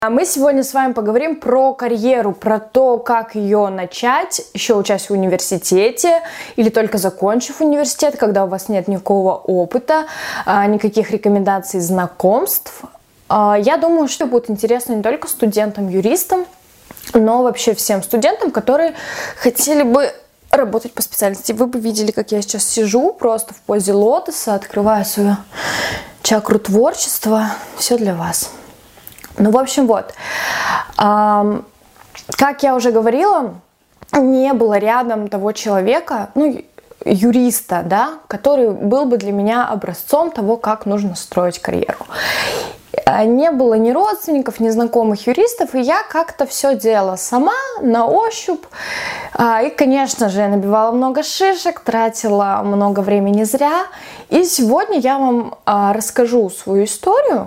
А мы сегодня с вами поговорим про карьеру, про то, как ее начать, еще учась в университете или только закончив университет, когда у вас нет никакого опыта, никаких рекомендаций, знакомств. Я думаю, что будет интересно не только студентам-юристам, но вообще всем студентам, которые хотели бы работать по специальности. Вы бы видели, как я сейчас сижу просто в позе лотоса, открываю свою чакру творчества. Все для вас. Ну, в общем, вот. Как я уже говорила, не было рядом того человека, юриста, да, который был бы для меня образцом того, как нужно строить карьеру. Не было ни родственников, ни знакомых юристов, и я как-то все делала сама, на ощупь. И, конечно же, я набивала много шишек, тратила много времени зря. И сегодня я вам расскажу свою историю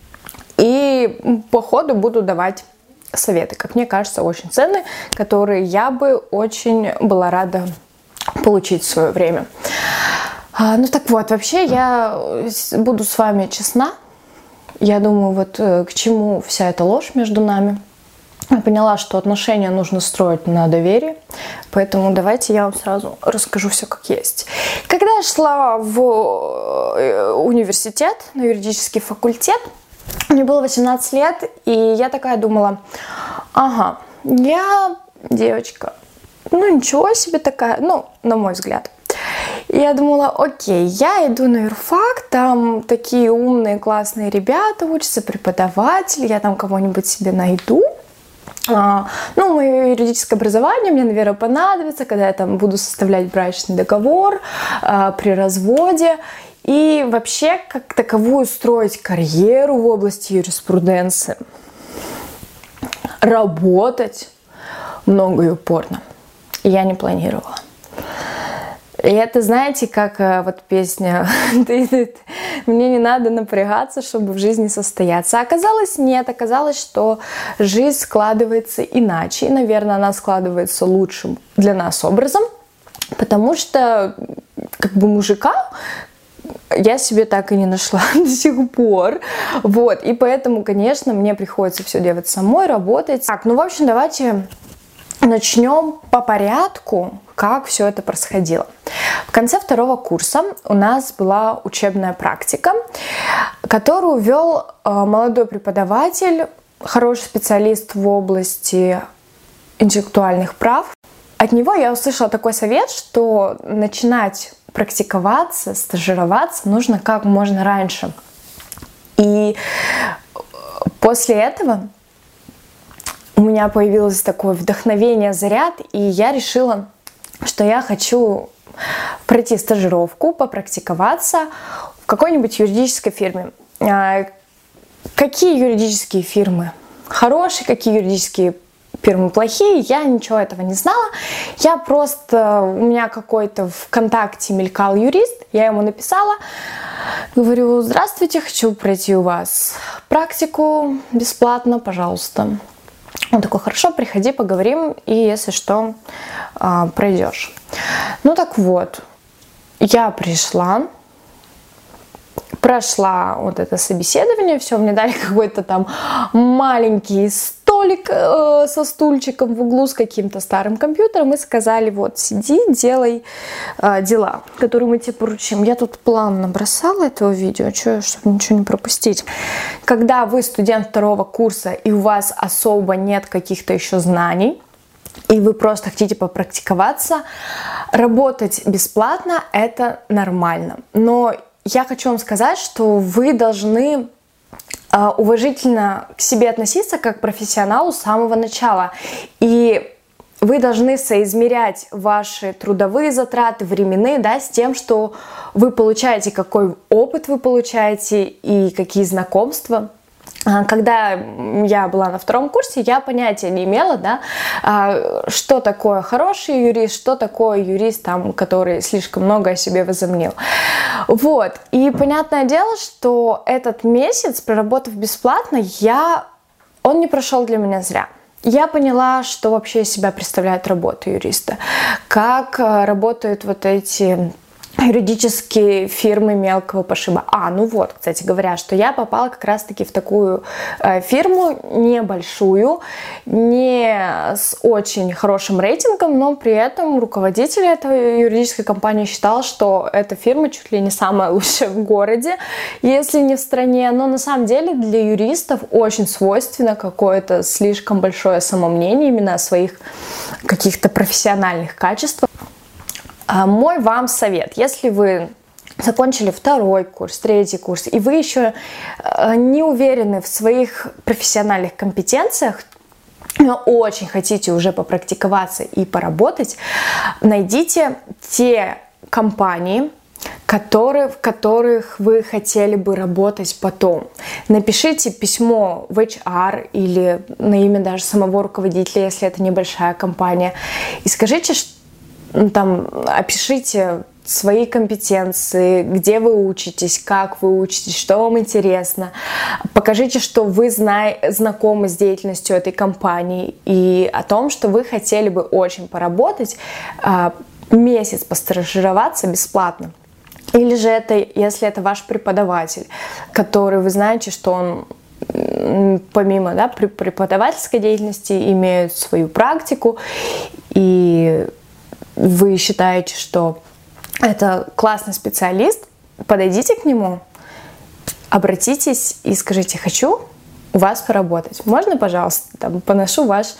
и по ходу буду давать советы, как мне кажется, очень ценные, которые я бы очень была рада получить в свое время. Ну так вот, вообще я буду с вами честна. Я думаю, вот к чему вся эта ложь между нами. Я поняла, что отношения нужно строить на доверии, поэтому давайте я вам сразу расскажу все как есть. Когда я шла в университет, на юридический факультет, мне было 18 лет, и я такая думала, ага, я девочка, ничего себе такая, на мой взгляд. И я думала, окей, я иду на юрфак, там такие умные, классные ребята учатся, преподаватели, я там кого-нибудь себе найду. Мое юридическое образование мне, наверное, понадобится, когда я там буду составлять брачный договор при разводе. И вообще, как таковую строить карьеру в области юриспруденции, работать много и упорно я не планировала. И это, знаете, как вот песня «Мне не надо напрягаться, чтобы в жизни состояться». Оказалось, нет. Оказалось, что жизнь складывается иначе. И, наверное, она складывается лучшим для нас образом. Потому что, мужика я себе так и не нашла до сих пор. Вот. И поэтому, конечно, мне приходится все делать самой, работать. Так, в общем, давайте начнем по порядку, как все это происходило. В конце второго курса у нас была учебная практика, которую вел молодой преподаватель, хороший специалист в области интеллектуальных прав. От него я услышала такой совет, что начинать практиковаться, стажироваться нужно как можно раньше. И после этого у меня появилось такое вдохновение, заряд, и я решила, что я хочу пройти стажировку, попрактиковаться в какой-нибудь юридической фирме. Какие юридические фирмы хорошие, какие юридические фирмы плохие, я ничего этого не знала. У меня какой-то ВКонтакте мелькал юрист, я ему написала, говорю, здравствуйте, хочу пройти у вас практику бесплатно, пожалуйста. Он такой, хорошо, приходи, поговорим, и если что, пройдешь. Так вот, я пришла, прошла вот это собеседование, все, мне дали какой-то там маленький столик со стульчиком в углу с каким-то старым компьютером и сказали, вот, сиди, делай дела, которые мы тебе поручим. Я тут план набросала этого видео, чтобы ничего не пропустить. Когда вы студент второго курса и у вас особо нет каких-то еще знаний, и вы просто хотите попрактиковаться, работать бесплатно – это нормально. Но я хочу вам сказать, что вы должны уважительно к себе относиться как к профессионалу с самого начала. И вы должны соизмерять ваши трудовые затраты, временные, с тем, что вы получаете, какой опыт вы получаете и какие знакомства. Когда я была на втором курсе, я понятия не имела, что такое хороший юрист, что такое юрист, который слишком много о себе возомнил. Вот. И понятное дело, что этот месяц, проработав бесплатно, он не прошел для меня зря. Я поняла, что вообще из себя представляет работа юриста, как работают вот эти юридические фирмы мелкого пошиба. Ну вот, кстати говоря, что я попала как раз-таки в такую фирму небольшую, не с очень хорошим рейтингом, но при этом руководитель этой юридической компании считал, что эта фирма чуть ли не самая лучшая в городе, если не в стране. Но на самом деле для юристов очень свойственно какое-то слишком большое самомнение именно о своих каких-то профессиональных качествах. Мой вам совет, если вы закончили 2-й курс, 3-й курс, и вы еще не уверены в своих профессиональных компетенциях, но очень хотите уже попрактиковаться и поработать, найдите те компании, в которых вы хотели бы работать потом. Напишите письмо в HR или на имя даже самого руководителя, если это небольшая компания, и скажите, там, опишите свои компетенции, где вы учитесь, как вы учитесь, что вам интересно. Покажите, что вы знакомы с деятельностью этой компании и о том, что вы хотели бы очень поработать, месяц постажироваться бесплатно. Или же это, если это ваш преподаватель, который вы знаете, что он помимо преподавательской деятельности имеет свою практику, и вы считаете, что это классный специалист, подойдите к нему, обратитесь и скажите: хочу у вас поработать. Можно, пожалуйста, там, поношу ваш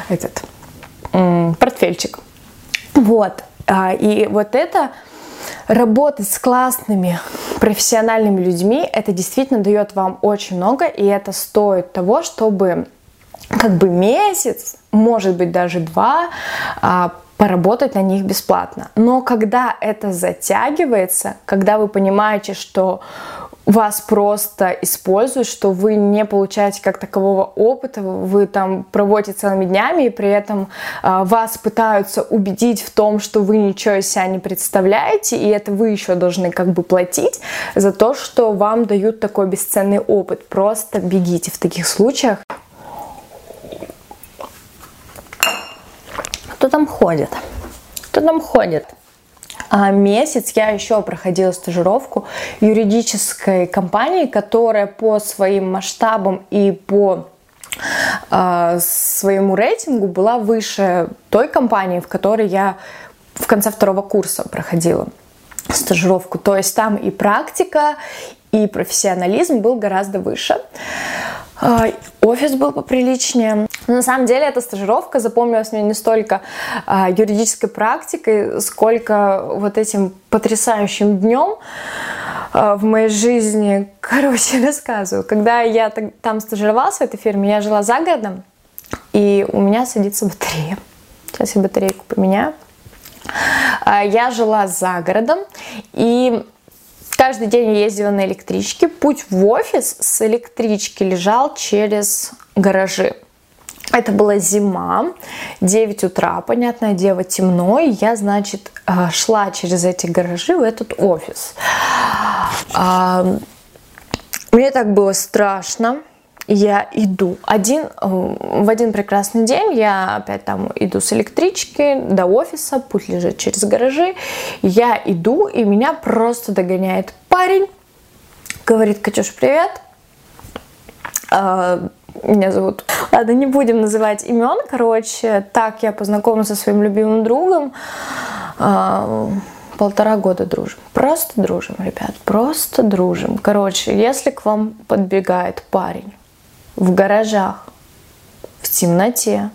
портфельчик. Вот. И вот это работать с классными профессиональными людьми, это действительно дает вам очень много, и это стоит того, чтобы месяц, может быть даже 2, поработать на них бесплатно. Но когда это затягивается, когда вы понимаете, что вас просто используют, что вы не получаете как такового опыта, вы там проводите целыми днями, и при этом вас пытаются убедить в том, что вы ничего из себя не представляете, и это вы еще должны платить за то, что вам дают такой бесценный опыт. Просто бегите в таких случаях. Кто там ходит? Кто там ходит? Месяц я еще проходила стажировку в юридической компании, которая по своим масштабам и по своему рейтингу была выше той компании, в которой я в конце 2-го курса проходила стажировку. То есть там и практика, и профессионализм был гораздо выше. Офис был поприличнее. Но на самом деле эта стажировка запомнилась мне не столько юридической практикой, сколько вот этим потрясающим днем в моей жизни. Рассказываю. Когда я там стажировалась в этой фирме, я жила за городом, и у меня садится батарея. Сейчас я батарейку поменяю. Я жила за городом, и каждый день я ездила на электричке. Путь в офис с электрички лежал через гаражи. Это была зима, 9 утра, понятное дело, темно, и я, шла через эти гаражи в этот офис. Мне так было страшно. Я иду. В один прекрасный день я опять там иду с электрички до офиса, путь лежит через гаражи. Я иду, и меня просто догоняет парень. Говорит: Катюш, привет. Меня зовут... Ладно, не будем называть имен. Так я познакомилась со своим любимым другом. 1,5 года дружим. Просто дружим, ребят. Просто дружим. Если к вам подбегает парень в гаражах, в темноте,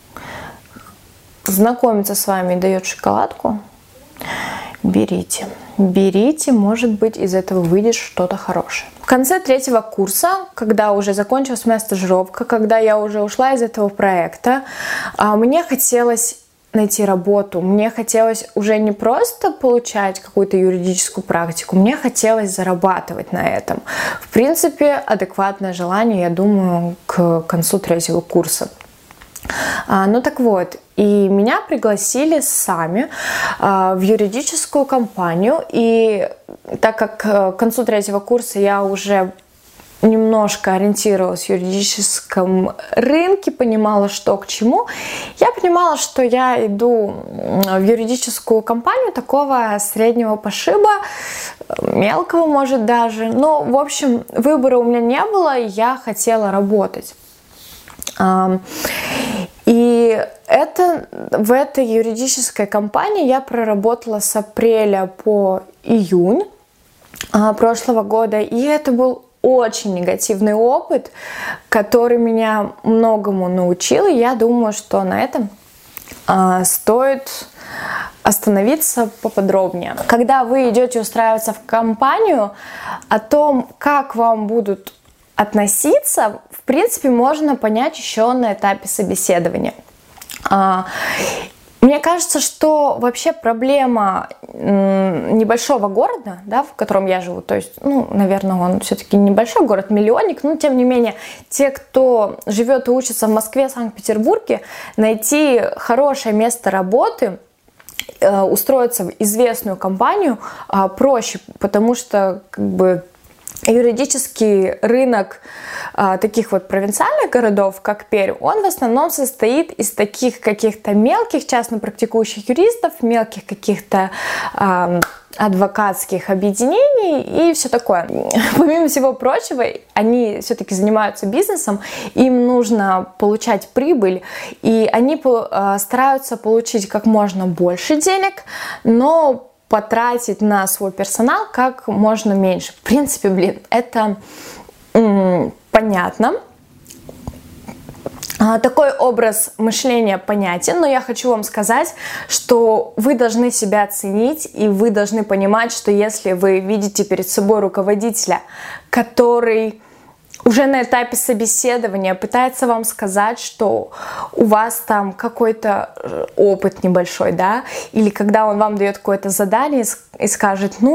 знакомится с вами и дает шоколадку, берите. Берите, может быть, из этого выйдет что-то хорошее. В конце 3-го курса, когда уже закончилась моя стажировка, когда я уже ушла из этого проекта, мне хотелось найти работу. Мне хотелось уже не просто получать какую-то юридическую практику, мне хотелось зарабатывать на этом. В принципе, адекватное желание, я думаю, к концу 3-го курса. Так вот, и меня пригласили сами в юридическую компанию, и так как к концу 3-го курса я уже немножко ориентировалась в юридическом рынке, понимала, что к чему. Я понимала, что я иду в юридическую компанию такого среднего пошиба, мелкого, может, даже. Но, в общем, выбора у меня не было, и я хотела работать. И в этой юридической компании я проработала с апреля по июнь прошлого года, и это был очень негативный опыт, который меня многому научил, и я думаю, что на этом стоит остановиться поподробнее. Когда вы идете устраиваться в компанию, о том, как вам будут относиться, в принципе, можно понять еще на этапе собеседования. Мне кажется, что вообще проблема небольшого города, да, в котором я живу, то есть, наверное, он все-таки небольшой город, миллионник, но тем не менее, те, кто живет и учится в Москве, Санкт-Петербурге, найти хорошее место работы, устроиться в известную компанию проще, потому что юридический рынок таких вот провинциальных городов, как Пермь, он в основном состоит из таких каких-то мелких частно практикующих юристов, мелких каких-то адвокатских объединений и все такое. Помимо всего прочего, они все-таки занимаются бизнесом, им нужно получать прибыль, и они стараются получить как можно больше денег, но потратить на свой персонал как можно меньше. В принципе, это понятно. Такой образ мышления понятен, но я хочу вам сказать, что вы должны себя ценить, и вы должны понимать, что если вы видите перед собой руководителя, который уже на этапе собеседования пытается вам сказать, что у вас там какой-то опыт небольшой, да, или когда он вам дает какое-то задание и скажет, и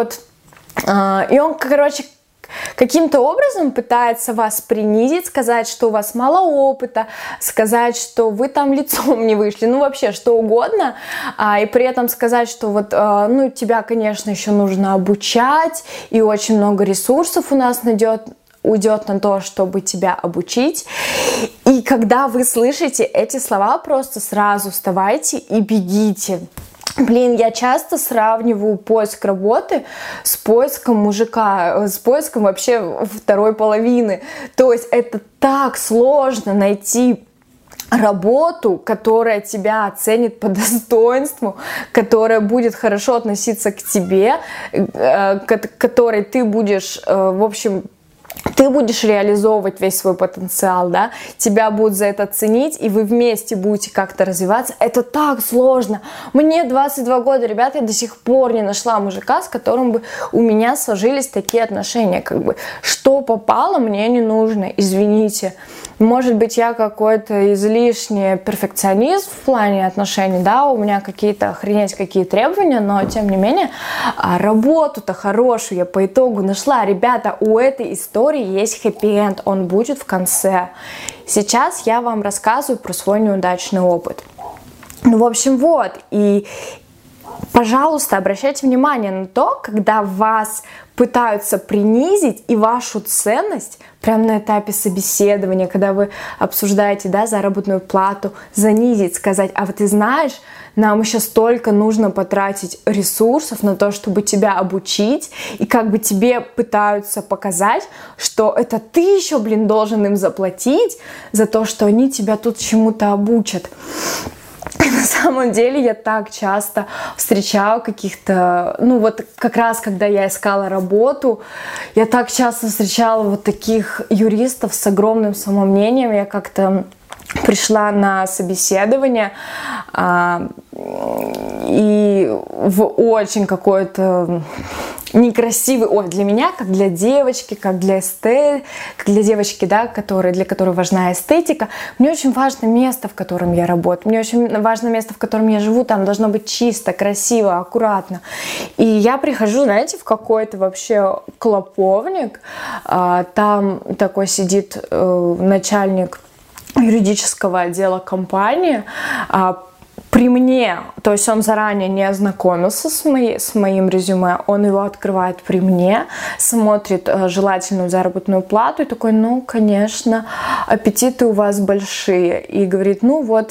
он, каким-то образом пытается вас принизить, сказать, что у вас мало опыта, сказать, что вы там лицом не вышли, вообще что угодно, и при этом сказать, что тебя, конечно, еще нужно обучать, и очень много ресурсов у нас уйдет на то, чтобы тебя обучить. И когда вы слышите эти слова, просто сразу вставайте и бегите. Я часто сравниваю поиск работы с поиском мужика, с поиском вообще второй половины. То есть это так сложно найти работу, которая тебя оценит по достоинству, которая будет хорошо относиться к тебе, которой ты будешь, ты будешь реализовывать весь свой потенциал, да, тебя будут за это ценить, и вы вместе будете как-то развиваться. Это так сложно. Мне 22 года, ребята, я до сих пор не нашла мужика, с которым бы у меня сложились такие отношения, что попало, мне не нужно, извините. Может быть, я какой-то излишний перфекционист в плане отношений, да, у меня какие-то охренеть какие требования, но тем не менее работу-то хорошую я по итогу нашла. Ребята, у этой истории есть хэппи-энд, он будет в конце. Сейчас я вам рассказываю про свой неудачный опыт. В общем, и пожалуйста, обращайте внимание на то, когда вас пытаются принизить и вашу ценность прямо на этапе собеседования, когда вы обсуждаете, да, заработную плату, занизить, сказать, а вот ты знаешь, нам еще столько нужно потратить ресурсов на то, чтобы тебя обучить, и тебе пытаются показать, что это ты еще, должен им заплатить за то, что они тебя тут чему-то обучат. На самом деле я так часто встречала каких-то, как раз когда я искала работу, я так часто встречала таких юристов с огромным самомнением. Я как-то пришла на собеседование и в очень какой-то некрасивый, для меня, как для девочки, как для девочки, да, для которой важна эстетика. Мне очень важно место, в котором я работаю, мне очень важно место, в котором я живу, там должно быть чисто, красиво, аккуратно. И я прихожу, знаете, в какой-то вообще клоповник, там такой сидит начальник юридического отдела компании, при мне, то есть он заранее не ознакомился с моим резюме, он его открывает при мне, смотрит желательную заработную плату и такой, ну, конечно, аппетиты у вас большие. И говорит, ну вот,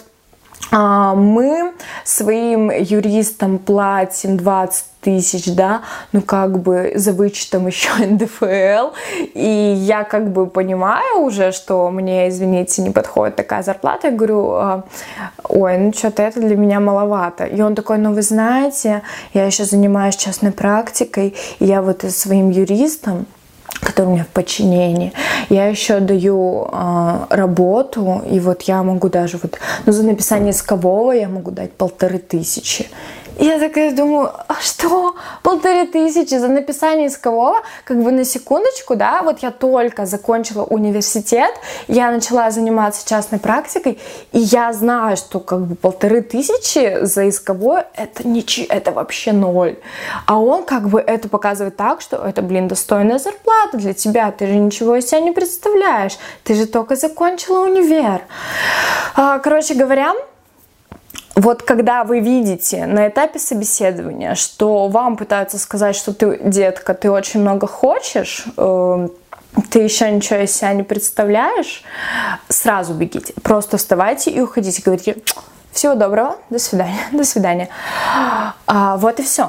мы своим юристам платим 20 тысяч, да, ну как бы за вычетом еще НДФЛ, и я как бы понимаю уже, что мне, извините, не подходит такая зарплата, я говорю, ой, ну что-то это для меня маловато. И он такой, ну вы знаете, я еще занимаюсь частной практикой, и я вот своим юристам, который у меня в подчинении, я еще даю работу, и вот я могу даже вот, ну, за написание искового я могу дать 1500. И я такая думаю, а что? 1500 за написание искового? Как бы на секундочку, да, вот я только закончила университет, я начала заниматься частной практикой, и я знаю, что как бы 1500 за исковое это вообще ноль. А он как бы это показывает так, что это, блин, достойная зарплата для тебя, ты же ничего из себя не представляешь, ты же только закончила универ. Короче говоря, вот когда вы видите на этапе собеседования, что вам пытаются сказать, что ты, детка, ты очень много хочешь, ты еще ничего из себя не представляешь, сразу бегите. Просто вставайте и уходите. Говорите, всего доброго, до свидания, до свидания. Вот и все.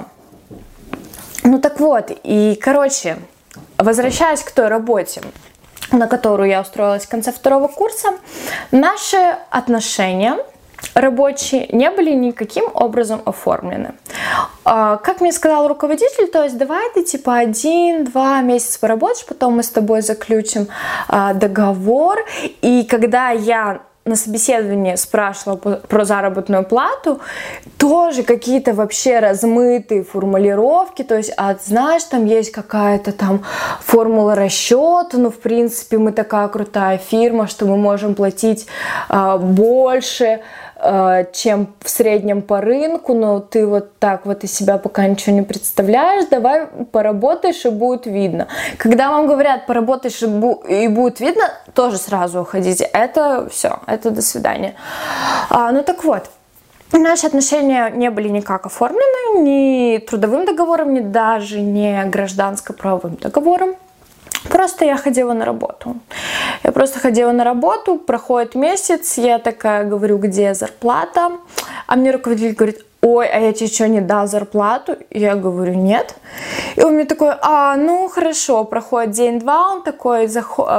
Ну так вот, и короче, возвращаясь к той работе, на которую я устроилась в конце 2-го курса, наши отношения рабочие не были никаким образом оформлены. Как мне сказал руководитель, то есть давай ты типа 1-2 месяца поработаешь, потом мы с тобой заключим договор. И когда я на собеседовании спрашивала про заработную плату, тоже какие-то вообще размытые формулировки, то есть, знаешь, там есть какая-то там формула расчета, но в принципе мы такая крутая фирма, что мы можем платить больше, чем в среднем по рынку, но ты вот так вот из себя пока ничего не представляешь, давай поработаешь и будет видно. Когда вам говорят поработаешь и будет видно, тоже сразу уходите. Это все, это до свидания. Ну так вот, наши отношения не были никак оформлены, ни трудовым договором, ни даже не гражданско-правовым договором. Просто я ходила на работу. Я просто ходила на работу, проходит месяц, я такая говорю, где зарплата? А мне руководитель говорит, ой, а я тебе что, не дал зарплату? Я говорю, нет. И он мне такой, ну хорошо, проходит день-два, он такой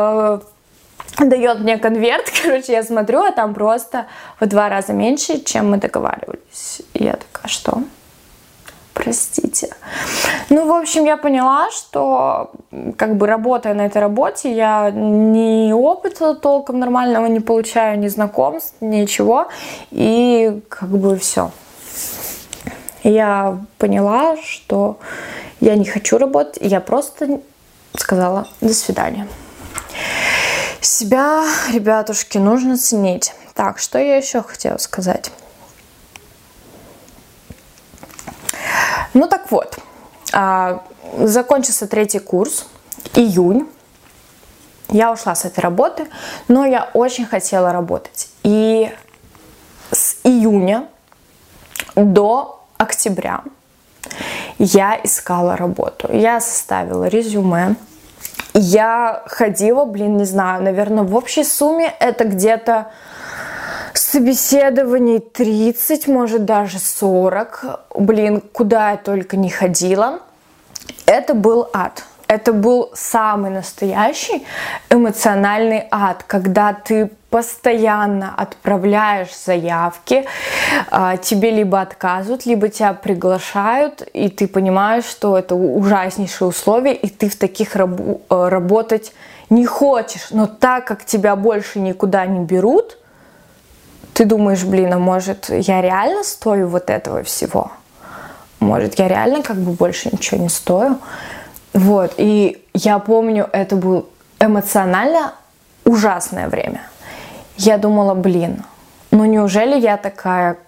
дает мне конверт, короче, я смотрю, а там просто в 2 раза меньше, чем мы договаривались. И я такая, что? Простите. Ну, в общем, я поняла, что, как бы, работая на этой работе, я ни опыта толком нормального не получаю, ни знакомств, ничего. И, как бы, все. Я поняла, что я не хочу работать, и я просто сказала «до свидания». Себя, ребятушки, нужно ценить. Так, что я еще хотела сказать? Ну так вот, закончился 3-й курс, июнь, я ушла с этой работы, но я очень хотела работать. И с июня до октября я искала работу. Я составила резюме, я ходила, не знаю, наверное, в общей сумме это где-то собеседований 30, может даже 40. Куда я только не ходила. Это был ад. Это был самый настоящий эмоциональный ад, когда ты постоянно отправляешь заявки, тебе либо отказывают, либо тебя приглашают, и ты понимаешь, что это ужаснейшие условия, и ты в таких работать не хочешь. Но так как тебя больше никуда не берут, ты думаешь, а может, я реально стою вот этого всего? Может, я реально как бы больше ничего не стою? Вот, и я помню, это было эмоционально ужасное время. Я думала, ну неужели я такая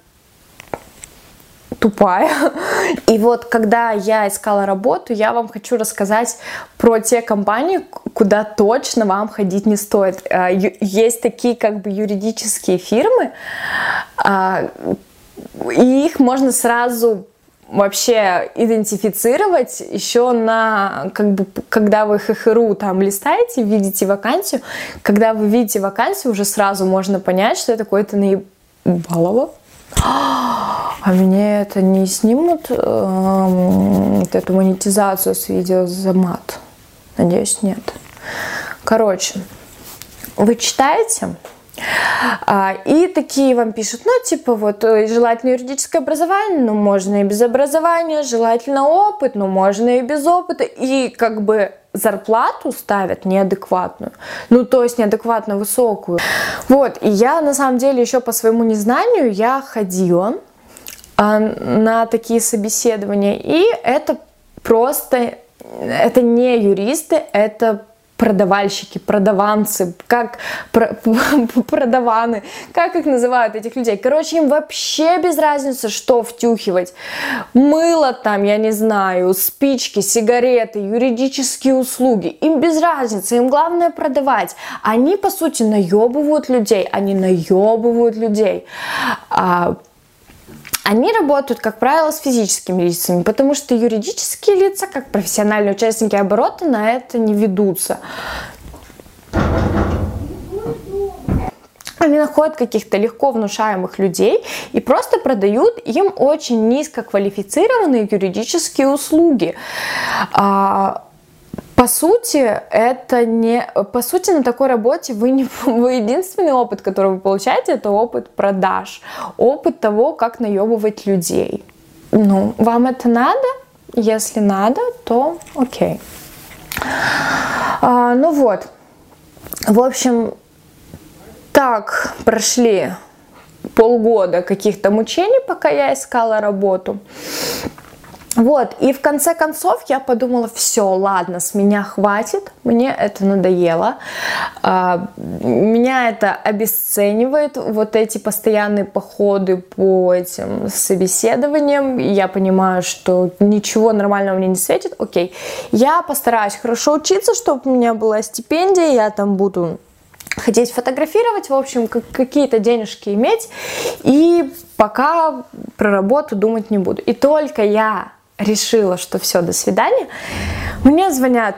тупая? И вот, когда я искала работу, я вам хочу рассказать про те компании, куда точно вам ходить не стоит. Есть такие как бы юридические фирмы, И их можно сразу вообще идентифицировать еще на, как бы, когда вы ХХРУ там листаете, видите вакансию, когда вы видите вакансию, уже сразу можно понять, что это какой-то наебалово. А мне это не снимут, вот эту монетизацию с видео за мат? Надеюсь, нет. Короче, вы читаете, и такие вам пишут, ну, типа, вот, желательно юридическое образование, но можно и без образования, желательно опыт, но можно и без опыта, и как бы зарплату ставят неадекватную, ну, то есть неадекватно высокую. Вот, и я, на самом деле, еще по своему незнанию, я ходила на такие собеседования, и это просто, это не юристы, это продавальщики, продаванцы, как продаваны, как их называют, этих людей. Короче, им вообще без разницы, что втюхивать. Мыло там, я не знаю, спички, сигареты, юридические услуги. Им без разницы, им главное продавать. Они, по сути, наебывают людей. Они работают, как правило, с физическими лицами, потому что юридические лица, как профессиональные участники оборота, на это не ведутся. Они находят каких-то легко внушаемых людей и просто продают им очень низкоквалифицированные юридические услуги. По сути, на такой работе вы единственный опыт, который вы получаете, это опыт продаж, опыт того, как наебывать людей. Ну, вам это надо? Если надо, то окей. Ну вот, в общем, так прошли полгода каких-то мучений, пока я искала работу. Вот, и в конце концов я подумала, все, ладно, с меня хватит, мне это надоело, меня это обесценивает, вот эти постоянные походы по этим собеседованиям, я понимаю, что ничего нормального мне не светит, окей, я постараюсь хорошо учиться, чтобы у меня была стипендия, я там буду ходить фотографировать, в общем, какие-то денежки иметь, и пока про работу думать не буду. И только я решила, что все, до свидания, мне звонят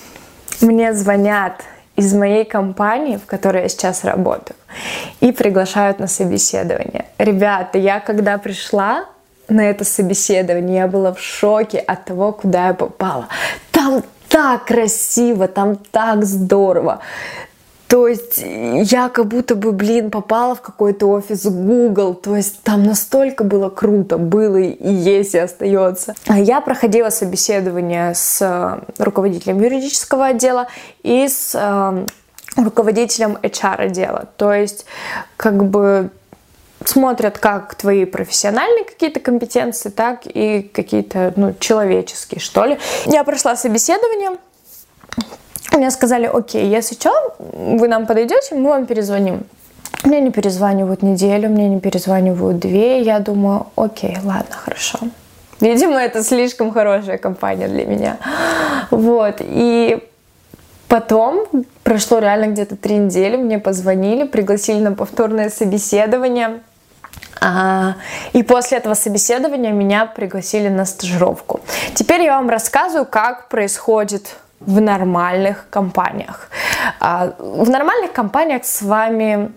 из моей компании, в которой я сейчас работаю, и приглашают на собеседование. Ребята, я когда пришла на это собеседование, я была в шоке от того, куда я попала. Там так красиво, там так здорово. То есть я как будто бы, попала в какой-то офис Google, то есть там настолько было круто, было и есть, и остается. Я проходила собеседование с руководителем юридического отдела и с руководителем HR отдела, то есть как бы смотрят как твои профессиональные какие-то компетенции, так и какие-то, человеческие, что ли. Я прошла собеседование. Мне сказали, окей, если что, вы нам подойдете, мы вам перезвоним. Мне не перезванивают неделю, мне не перезванивают 2. Я думаю, окей, ладно, хорошо. Видимо, это слишком хорошая компания для меня. Вот, и потом прошло реально где-то 3 недели, мне позвонили, пригласили на повторное собеседование. И после этого собеседования меня пригласили на стажировку. Теперь я вам рассказываю, как происходит в нормальных компаниях. В нормальных компаниях с вами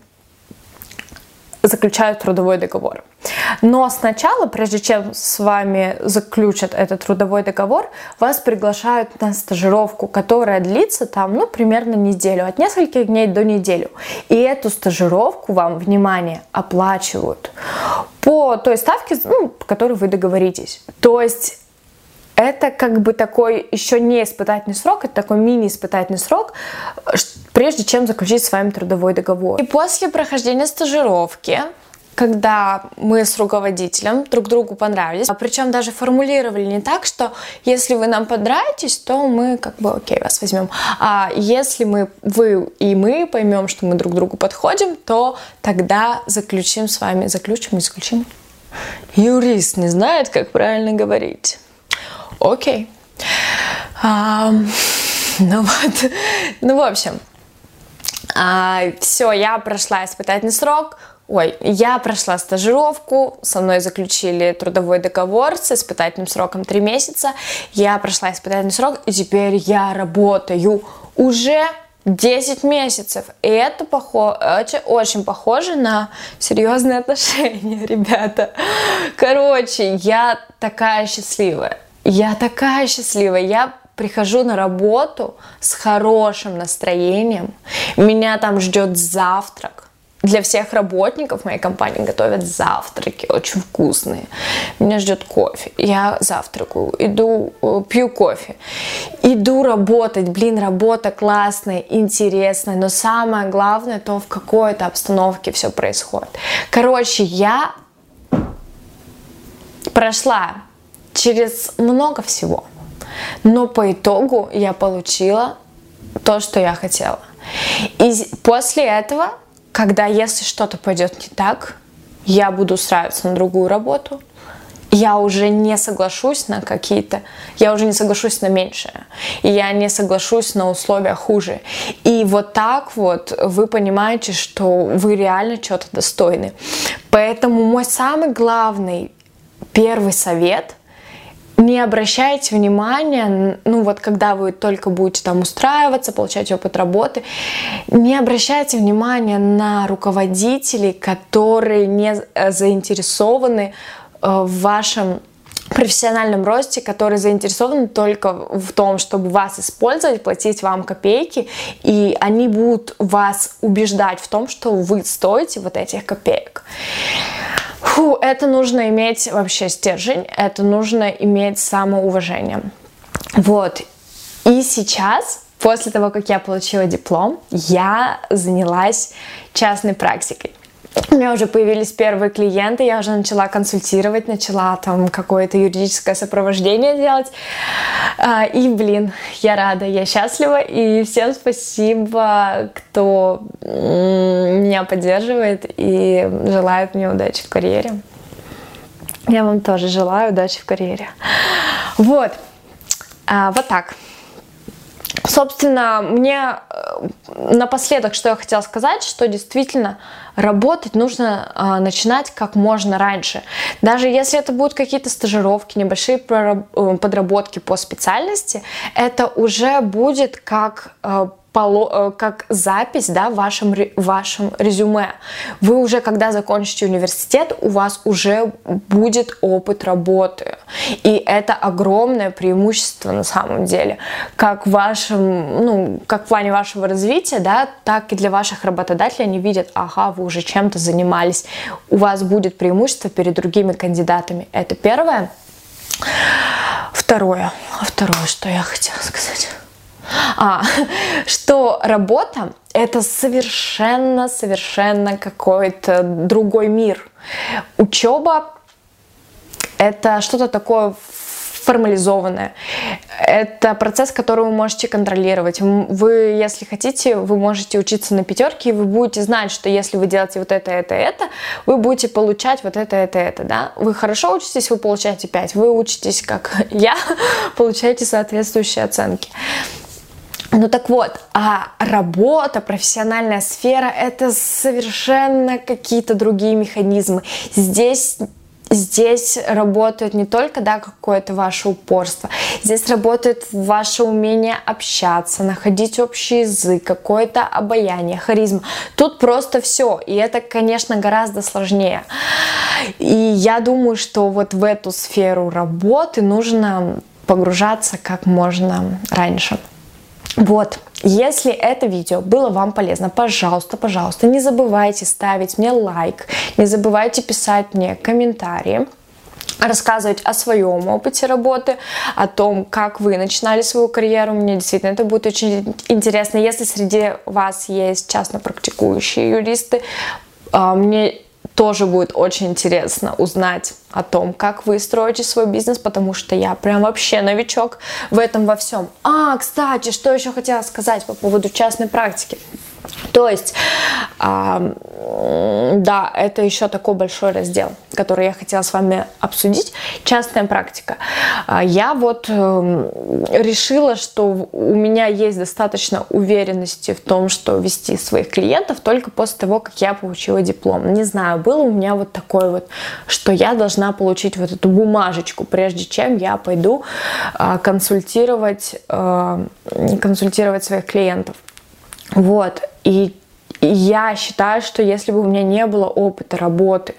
заключают трудовой договор. Но сначала, прежде чем с вами заключат этот трудовой договор, вас приглашают на стажировку, которая длится там, примерно неделю, от нескольких дней до недели. И эту стажировку вам, внимание, оплачивают по той ставке, по которой вы договоритесь. То есть это как бы такой еще не испытательный срок, это такой мини-испытательный срок, прежде чем заключить с вами трудовой договор. И после прохождения стажировки, когда мы с руководителем друг другу понравились, причем даже формулировали не так, что если вы нам понравитесь, то мы окей, вас возьмем. А если вы и мы поймем, что мы друг другу подходим, то тогда заключим с вами, исключим. Юрист не знает, как правильно говорить. Окей. В общем, Все, я прошла испытательный срок. Я прошла стажировку, со мной заключили трудовой договор с испытательным сроком 3 месяца. Я прошла испытательный срок, и теперь я работаю уже 10 месяцев. И это очень похоже на серьезные отношения, ребята. Короче, я такая счастливая. Я прихожу на работу с хорошим настроением. Меня там ждет завтрак. Для всех работников моей компании готовят завтраки очень вкусные. Меня ждет кофе. Я завтракаю, пью кофе. Иду работать. Работа классная, интересная. Но самое главное, то в какой-то обстановке все происходит. Короче, я прошла через много всего. Но по итогу я получила то, что я хотела. И после этого, когда если что-то пойдет не так, я буду устраиваться на другую работу, я уже не соглашусь на я уже не соглашусь на меньшее, и я не соглашусь на условия хуже. И вот так вот вы понимаете, что вы реально чего-то достойны. Поэтому мой самый главный первый совет — не обращайте внимания, когда вы только будете там устраиваться, получать опыт работы, не обращайте внимания на руководителей, которые не заинтересованы в вашем профессиональном росте, которые заинтересованы только в том, чтобы вас использовать, платить вам копейки, и они будут вас убеждать в том, что вы стоите вот этих копеек. Это нужно иметь вообще стержень, это нужно иметь самоуважение. И сейчас, после того, как я получила диплом, я занялась частной практикой. У меня уже появились первые клиенты, я уже начала консультировать, начала там какое-то юридическое сопровождение делать. И, я рада, я счастлива. И всем спасибо, кто меня поддерживает и желает мне удачи в карьере. Я вам тоже желаю удачи в карьере. Вот так. Собственно, мне напоследок, что я хотела сказать, что действительно работать нужно начинать как можно раньше. Даже если это будут какие-то стажировки, небольшие подработки по специальности, это уже будет как запись, в вашем резюме. Вы уже, когда закончите университет, у вас уже будет опыт работы. И это огромное преимущество на самом деле. Как в плане вашего развития, так и для ваших работодателей. Они видят, вы уже чем-то занимались. У вас будет преимущество перед другими кандидатами. Это первое. Второе, что я хотела сказать. Что работа — это совершенно какой-то другой мир. Учеба — это что-то такое формализованное. Это процесс, который вы можете контролировать. Вы, если хотите, вы можете учиться на 5, и вы будете знать, что если вы делаете вот это, вы будете получать вот это, да? Вы хорошо учитесь, вы получаете 5. Вы учитесь, как я, получаете соответствующие оценки. Работа, профессиональная сфера — это совершенно какие-то другие механизмы. Здесь работает не только какое-то ваше упорство, здесь работает ваше умение общаться, находить общий язык, какое-то обаяние, харизма. Тут просто все, и это, конечно, гораздо сложнее. И я думаю, что вот в эту сферу работы нужно погружаться как можно раньше. Если это видео было вам полезно, пожалуйста, не забывайте ставить мне лайк, не забывайте писать мне комментарии, рассказывать о своем опыте работы, о том, как вы начинали свою карьеру. Мне действительно это будет очень интересно. Если среди вас есть частно практикующие юристы, мне тоже будет очень интересно узнать о том, как вы строите свой бизнес, потому что я прям вообще новичок в этом во всем. Кстати, что еще хотела сказать по поводу частной практики. То есть да, это еще такой большой раздел, который я хотела с вами обсудить. Частная практика. Я вот решила, что у меня есть достаточно уверенности в том, что вести своих клиентов только после того, как я получила диплом. Не знаю, было у меня вот такое вот, что я должна получить вот эту бумажечку, прежде чем я пойду консультировать своих клиентов. Вот. И я считаю, что если бы у меня не было опыта работы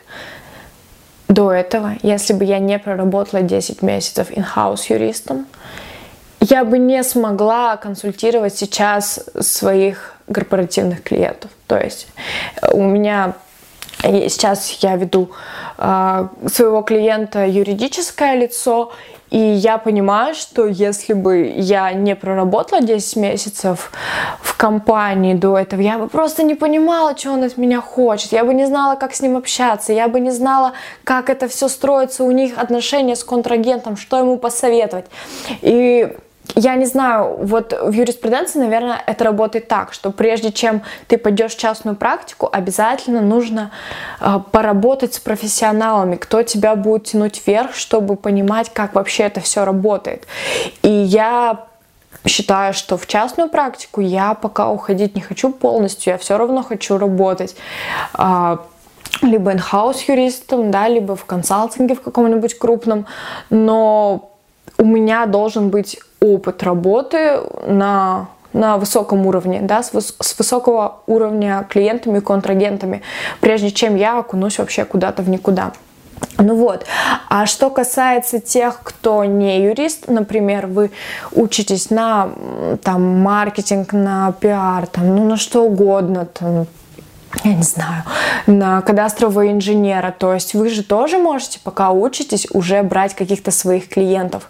до этого, если бы я не проработала 10 месяцев in-house юристом, я бы не смогла консультировать сейчас своих корпоративных клиентов. То есть у меня сейчас я веду своего клиента юридическое лицо, и я понимаю, что если бы я не проработала 10 месяцев в компании до этого, я бы просто не понимала, что он от меня хочет. Я бы не знала, как с ним общаться. Я бы не знала, как это все строится у них, отношения с контрагентом, что ему посоветовать. И я не знаю, вот в юриспруденции, наверное, это работает так, что прежде чем ты пойдешь в частную практику, обязательно нужно поработать с профессионалами, кто тебя будет тянуть вверх, чтобы понимать, как вообще это все работает. И я считаю, что в частную практику я пока уходить не хочу полностью, я все равно хочу работать либо in-house юристом, да, либо в консалтинге в каком-нибудь крупном, но у меня должен быть опыт работы на высоком уровне, да, с высокого уровня клиентами и контрагентами, прежде чем я окунусь вообще куда-то в никуда. Ну вот, а что касается тех, кто не юрист, например, вы учитесь на там, маркетинг, на пиар, там, ну, на что угодно, там, я не знаю, на кадастрового инженера, то есть вы же тоже можете, пока учитесь, уже брать каких-то своих клиентов.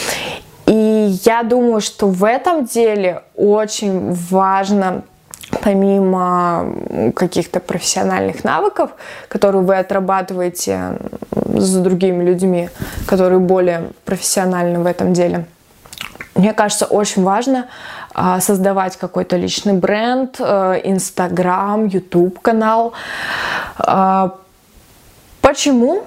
И я думаю, что в этом деле очень важно, помимо каких-то профессиональных навыков, которые вы отрабатываете с другими людьми, которые более профессиональны в этом деле, мне кажется, очень важно создавать какой-то личный бренд, Инстаграм, Ютуб канал. Почему?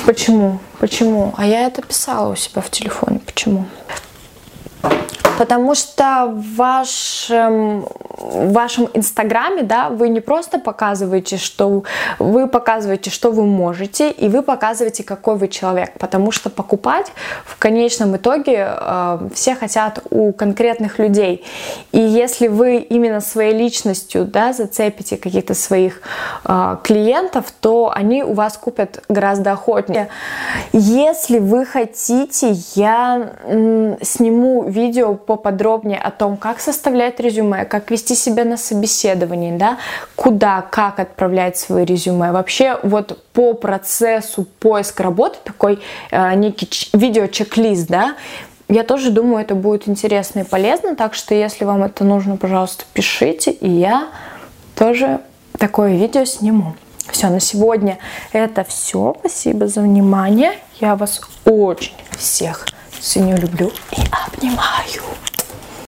А я это писала у себя в телефоне. Почему? Потому что в вашем инстаграме, да, вы не просто показываете, что вы можете, и вы показываете, какой вы человек. Потому что покупать в конечном итоге все хотят у конкретных людей. И если вы именно своей личностью, да, зацепите каких-то своих клиентов, то они у вас купят гораздо охотнее. Если вы хотите, я сниму видео поподробнее о том, как составлять резюме, как вести себя на собеседовании, да, куда, как отправлять свои резюме. Вообще вот по процессу поиска работы такой некий видео-чек-лист, да. Я тоже думаю, это будет интересно и полезно, так что если вам это нужно, пожалуйста, пишите, и я тоже такое видео сниму. Все, на сегодня это все. Спасибо за внимание. Я вас очень всех ценю, люблю и обнимаю.